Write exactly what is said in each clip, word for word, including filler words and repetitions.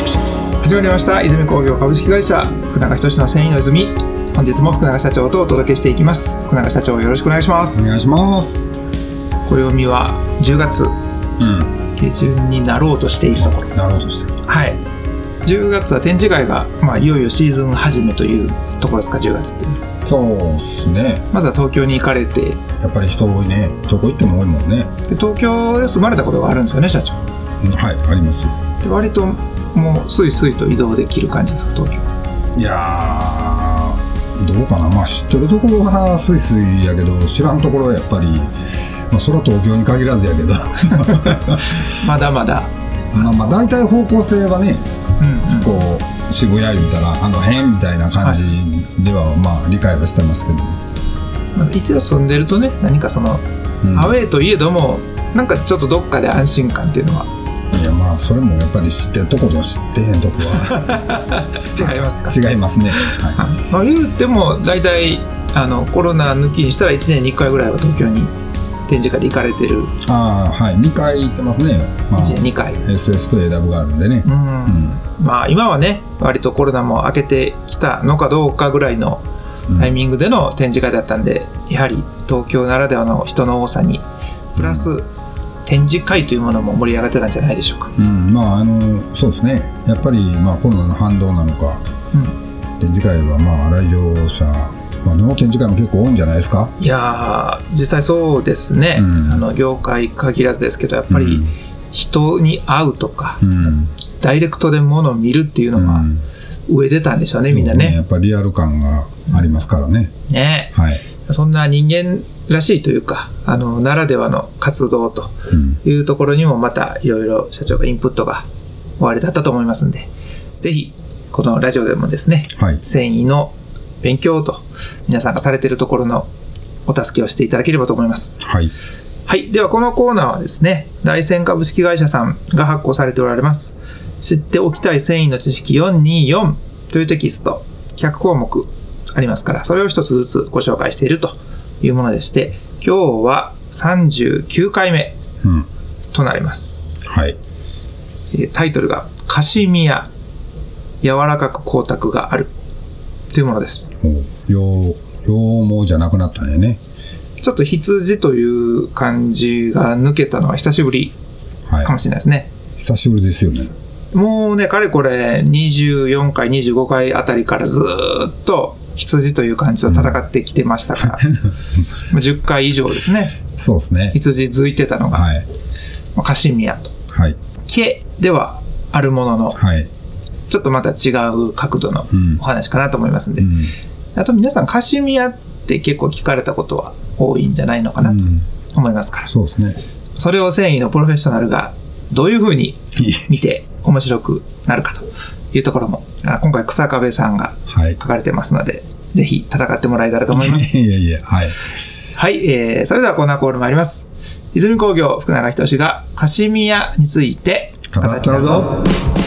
泉。 始まりました泉工業株式会社福永仁の繊維の泉。本日も福永社長とお届けしていきます。福永社長、よろしくお願いします。 お願いします。 暦はじゅうがつ下旬になろうとしているところ、 なろうとしている。 はい、じゅうがつは展示会が、まあ、いよいよシーズン始めというところですか。じゅうがつってそうですね。 まずは東京に行かれて、 やっぱり人多いね。どこ行っても多いもんね。 で東京で住まれたことがあるんですよね、社長。 うん、はい、あります。 で割ともうスイスイと移動できる感じですか、東京。 いやー、どうかな。まあ知ってるところはスイスイやけど、知らんところはやっぱり、まあ、それは東京に限らずやけどまだまだまあまあ大体方向性はね、 うんうん、 こう渋谷言うたらあの辺みたいな感じでは、はい、まあ理解はしてますけど、 一応住んでるとね、何かその、うん、アウェーといえどもなんかちょっとどっかで安心感っていうのは、 いやまあそれもやっぱり知ってるところと知ってへんとこは違いますか。 違いますね、はい。 まあ、言うても大体あのコロナ抜きにしたらいちねんにいっかいぐらいは東京に展示会で行かれてる。 ああ、はい、にかい行ってますね、まあ、いちねんにかい エスエス と エーダブリュー があるんでね、うん、うん、 まあ今はね割とコロナも明けてきたのかどうかぐらいのタイミングでの展示会だったんで、うん、やはり東京ならではの人の多さにプラス、うん、展示会というものも盛り上がってたんじゃないでしょうか。 うん、まああのそうですね。やっぱりまあコロナの反動なのか、うん、展示会はまあ来場者、まあ、どの展示会も結構多いんじゃないですか。 いや実際そうですね、うん、あの業界限らずですけどやっぱり人に会うとか、うん、ダイレクトで物を見るっていうのが上出たんでしょうね、うん、みんな ね, ねやっぱりリアル感がありますからね、 うん、ね、はい、そんな人間らしいというかあのならではの活動というところにもまたいろいろ社長がインプットがおありだったと思いますんで、ぜひこのラジオでもですね、はい、繊維の勉強と皆さんがされているところのお助けをしていただければと思います。 はい、 はい、ではこのコーナーはですね、大山株式会社さんが発行されておられます知っておきたい繊維の知識よんひゃくにじゅうよんというテキストひゃくこうもくありますから、それを一つずつご紹介しているというものでして、今日はさんじゅうきゅうかいめとなります、 うん、はい、 タイトルがカシミヤ柔らかく光沢があるというものです。 羊毛じゃなくなったね。 ちょっと羊という感じが抜けたのは久しぶりかもしれないですね、はい、 久しぶりですよね。もうねかれこれにじゅうよんかいにじゅうごかいあたりからずっと羊という感じと戦ってきてましたから、うん、じゅっかい以上ですね。 そうですね。 羊づいてたのが、はい、カシミヤと、はい、毛ではあるものの、はい、ちょっとまた違う角度のお話かなと思いますんで、うん、あと皆さんカシミヤって結構聞かれたことは多いんじゃないのかなと思いますから、うん、 そうですね。 それを繊維のプロフェッショナルがどういうふうに見て面白くなるかというところも今回草壁さんが書かれてますので、はい、ぜひ戦ってもらえたらと思います。 いやいや、はい、 はい、えー、それではコーナーコール参ります。泉工業福永仁がカシミヤについて語っちゃうぞ。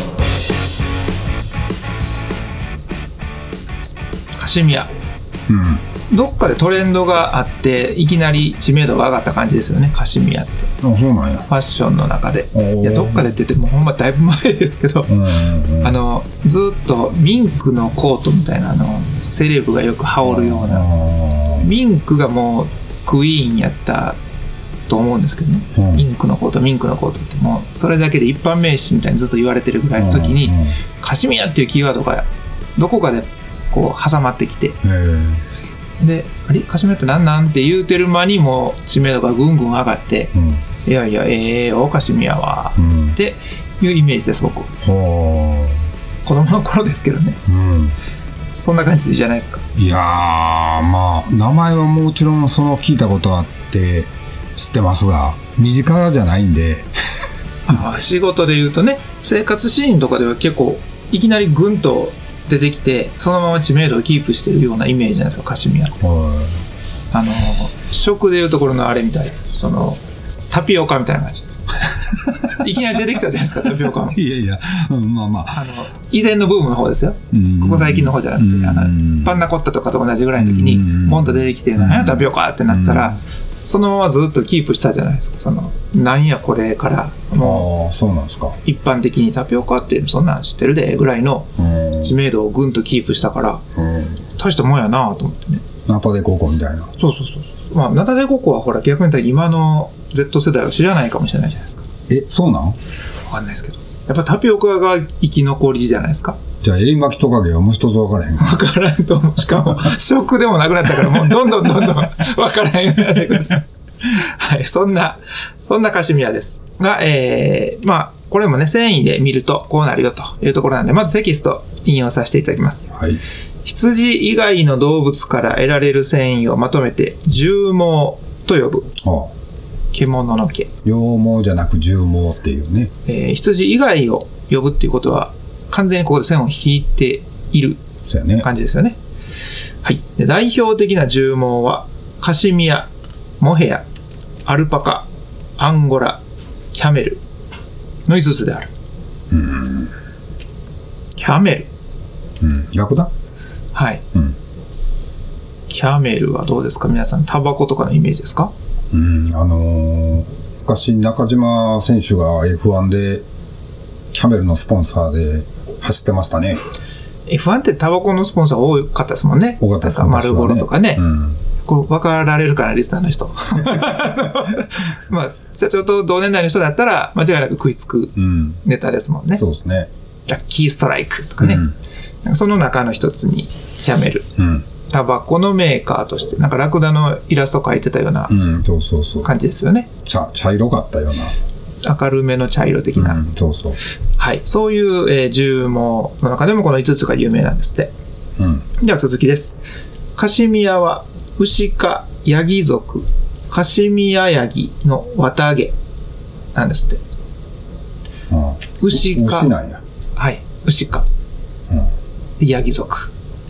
カシミヤ、うん、どっかでトレンドがあっていきなり知名度が上がった感じですよね、カシミヤって。 あ、そうなんや。 ファッションの中で、いやどっかでって言ってもほんまだいぶ前ですけど、うんうんうん、あのずっとミンクのコートみたいなのセレブがよく羽織るような、ミンクがもうクイーンやったと思うんですけどね、うん、ミンクのコートミンクのコートってもうそれだけで一般名詞みたいにずっと言われてるぐらいの時に、うんうん、カシミヤっていうキーワードがどこかでこう挟まってきて、であれカシミヤってなんなんって言うてる間にも知名度がぐんぐん上がって、うん、いやいやええー、おカシミヤは、うん、っていうイメージです僕。子供の頃ですけどね、うん、そんな感じじゃないですか。 いやー、まあ名前はもちろんその聞いたことあって知ってますが身近じゃないんであ、仕事で言うとね、生活シーンとかでは結構いきなりぐんと出てきてそのまま知名度をキープしてるようなイメージなんですよ、カシミヤって。あの食でいうところのあれみたいです。そのタピオカみたいな感じいきなり出てきたじゃないですか、タピオカも。 いやいや、うん、まあまあ、 あの以前のブームの方ですよ、ここ最近の方じゃなくて、あのパンナコッタとかと同じぐらいの時にボンと出てきて、なんやタピオカってなったら、 そのままずっとキープしたじゃないですか。その、なんやこれから、もう、そうなんですか。 一般的にタピオカってそんなん知ってるで、ぐらいの知名度をぐんとキープしたから、大したもんやなと思ってね。 ナタデココみたいな。 そうそうそうそう。まあ、ナタデココはほら逆に言ったら今の Z 世代は知らないかもしれないじゃないですか。 え、そうなん？ わかんないですけど。やっぱタピオカが生き残りじゃないですか。 じゃあ、エリマキトカゲはもう一つ分からへんか。 分からんと思う。しかも、食でもなくなったから、もうどんどんどんどん分からへんようになってくる。はい、そんな、そんなカシミヤです。が、えー、まあ、これもね、繊維で見るとこうなるよというところなんで、まずテキスト引用させていただきます。 はい。 羊以外の動物から得られる繊維をまとめて、絨毛と呼ぶ。はあ、獣の毛。 羊毛じゃなく絨毛っていうね。 えー、羊以外を呼ぶっていうことは、完全にここで線を引いている感じですよね。はい。で、代表的な絨毛は、カシミヤ、モヘヤ、アルパカ、アンゴラ、キャメルのいつつである。うん。キャメル。 うん。ラクダ？ はい。うん。キャメルはどうですか？皆さん、タバコとかのイメージですか？ うん。あのー、昔、中島選手が エフワン で、キャメルのスポンサーで走ってましたね。 エフワン ってタバコのスポンサー多かったですもんね。 多かったですね。 マルボロとかね。うん、これ分かられるかな、リスナーの人。まあ、じゃあちょっと同年代の人だったら、間違いなく食いつくネタですもんね。うん、 そうですね。 ラッキーストライクとかね。うん、その中の一つに、キャメル。うん、タバコのメーカーとして、なんかラクダのイラスト描いてたような感じですよね。 茶、茶色かったような。 明るめの茶色的な、 うん、そうそう、 はい、そういう、えー、絨毛の中でもこのいつつが有名なんですって、うん、では続きです。カシミヤはウシ科ヤギ属カシミヤヤギの綿毛なんですって。ウシ科、 牛なんや。 はい、ウシ科、うん、ヤギ属。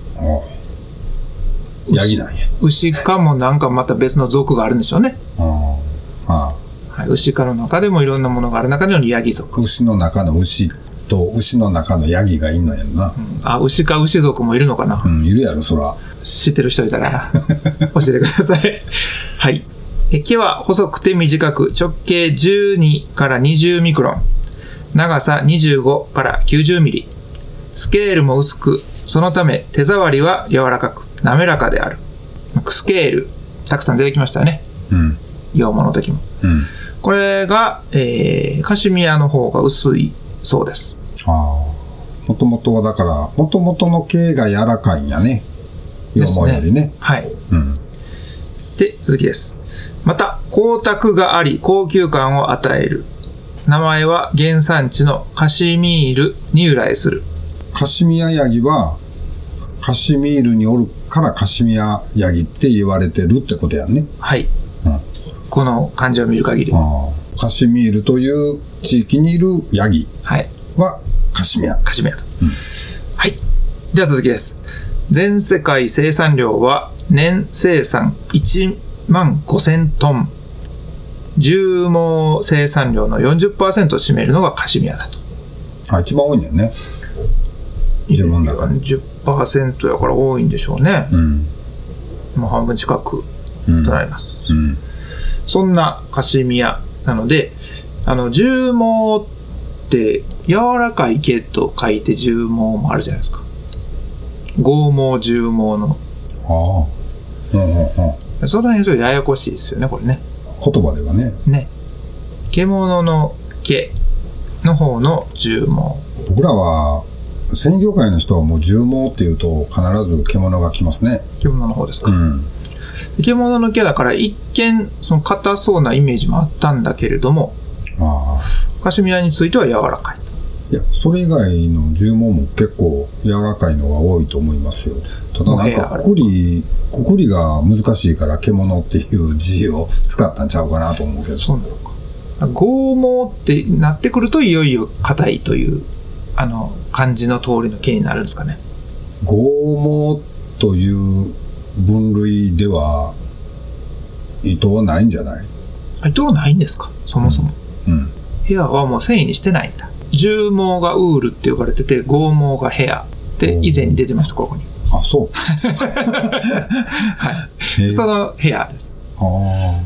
ヤギなんや。 ウシ科もなんかまた別の属があるんでしょうね。ああ、はい、牛科の中でもいろんなものがある中でのヤギ属。 牛の中の牛と牛の中のヤギがいんのやんな。うん、 あ、牛か牛族もいるのかな。 うん、いるやろ、そら。 知ってる人いたら教えてください。はい。え毛は細くて短く、直径じゅうにからにじゅうミクロン、長さにじゅうごからきゅうじゅうミリ。スケールも薄く、そのため手触りは柔らかく滑らかである。スケールたくさん出てきましたよね。うん。羊毛の時も。うん。これが、えー、カシミヤの方が薄いそうです。 ああ。もともとはだから、もともとの毛が柔らかいんやね。羊毛よりね。ね、 はい。うん。で、続きです。また、光沢があり、高級感を与える。名前は原産地のカシミールに由来する。 カシミヤヤギは、カシミールにおるからカシミヤヤギって言われてるってことやんね。 はい。うん、この漢字を見る限り。 あ、カシミールという地域にいるヤギはカシミヤ。 カシミヤと。うん、はい。では続きです。全世界生産量は年生産いちまんごせんトン。絨毛生産量の よんじゅっパーセント を占めるのがカシミヤだと。 あ、一番多いんだよね。自分の中でじゅっパーセント やから多いんでしょうね。うん、もう半分近くとなります。うんうん、そんなカシミヤなので、あの絨毛って柔らかい毛と書いて絨毛もあるじゃないですか。剛毛、絨毛の。ああ。うんうんうん。その辺ちょっとややこしいですよね、これね。 言葉ではね。 ね。獣の毛の方の絨毛。 僕らは繊維業界の人はもう絨毛っていうと必ず獣が来ますね。 獣の方ですか。うん。獣の毛だから一見その硬そうなイメージもあったんだけれども、あカシミヤについては柔らかい。 いや、それ以外の絨毛も結構柔らかいのが多いと思いますよ。ただなんかくくりくくりが難しいから獣っていう字を使ったんちゃうかなと思うけど。 そうなのか。剛毛ってなってくるといよいよ硬いというあの漢字の通りの毛になるんですかね。 剛毛という分類では糸はないんじゃない？ 糸はないんですか、そもそも。うん。うん、ヘアはもう繊維にしてないんだ。絨毛がウールって呼ばれてて、剛毛がヘアって以前に出てました、ここに。 あ、そう。 はい。そのヘアです。あ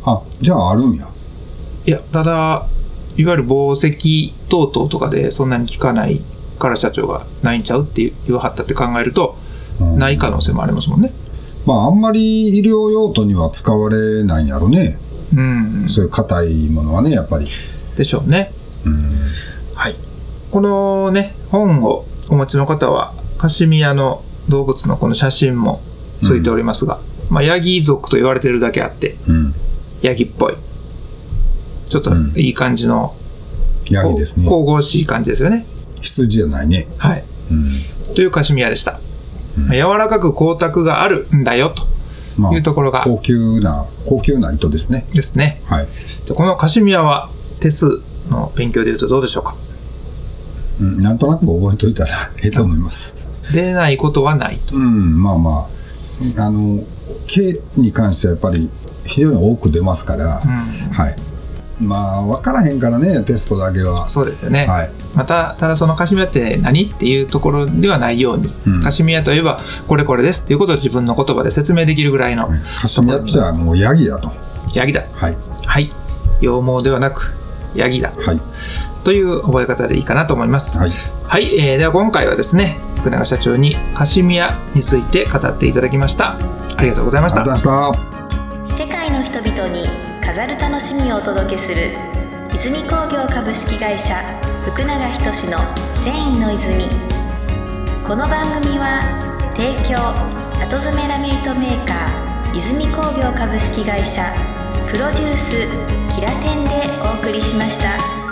あ、じゃああるんや。 いや、ただ、いわゆる紡績等々とかでそんなに効かないから社長がないんちゃうって言わはったって考えると、うん、ない可能性もありますもんね。 まあ、あんまり医療用途には使われないんやろね。うん。そういう硬いものはね、やっぱり。 でしょうね。うん。はい。このね、本をお持ちの方は、カシミヤの動物のこの写真もついておりますが、うん、まあ、ヤギ族と言われてるだけあって、うん、ヤギっぽい。ちょっといい感じの、 うん、ヤギですね。 神々しい感じですよね。 羊じゃないね。 はい。うん、というカシミヤでした。うん、柔らかく光沢があるんだよというところが、まあ、 高級な高級な糸ですね。 ですね。はい。でこのカシミヤは手数の勉強でいうとどうでしょうか。 うん、なんとなく覚えといたらええと思います。 出ないことはないと。 うん、まあまああの毛に関してはやっぱり非常に多く出ますから、うん、はい。まあ分からへんからね、テストだけは。 そうですよね。はい、またただそのカシミヤって何っていうところではないように、うん、カシミヤといえばこれこれですっていうことを自分の言葉で説明できるぐらいの、 カシミヤっちゃもうヤギだと。 ヤギだ。はい。はい。羊毛ではなくヤギだ。はい。という覚え方でいいかなと思います。はい。はい、えー、では今回はですね、福永社長にカシミヤについて語っていただきました。ありがとうございました。 ありがとうございました。世界の人々に飾る楽しみをお届けする泉工業株式会社福永仁の繊維の泉。この番組は提供後詰めラメイトメーカー泉工業株式会社プロデュースキラテンでお送りしました。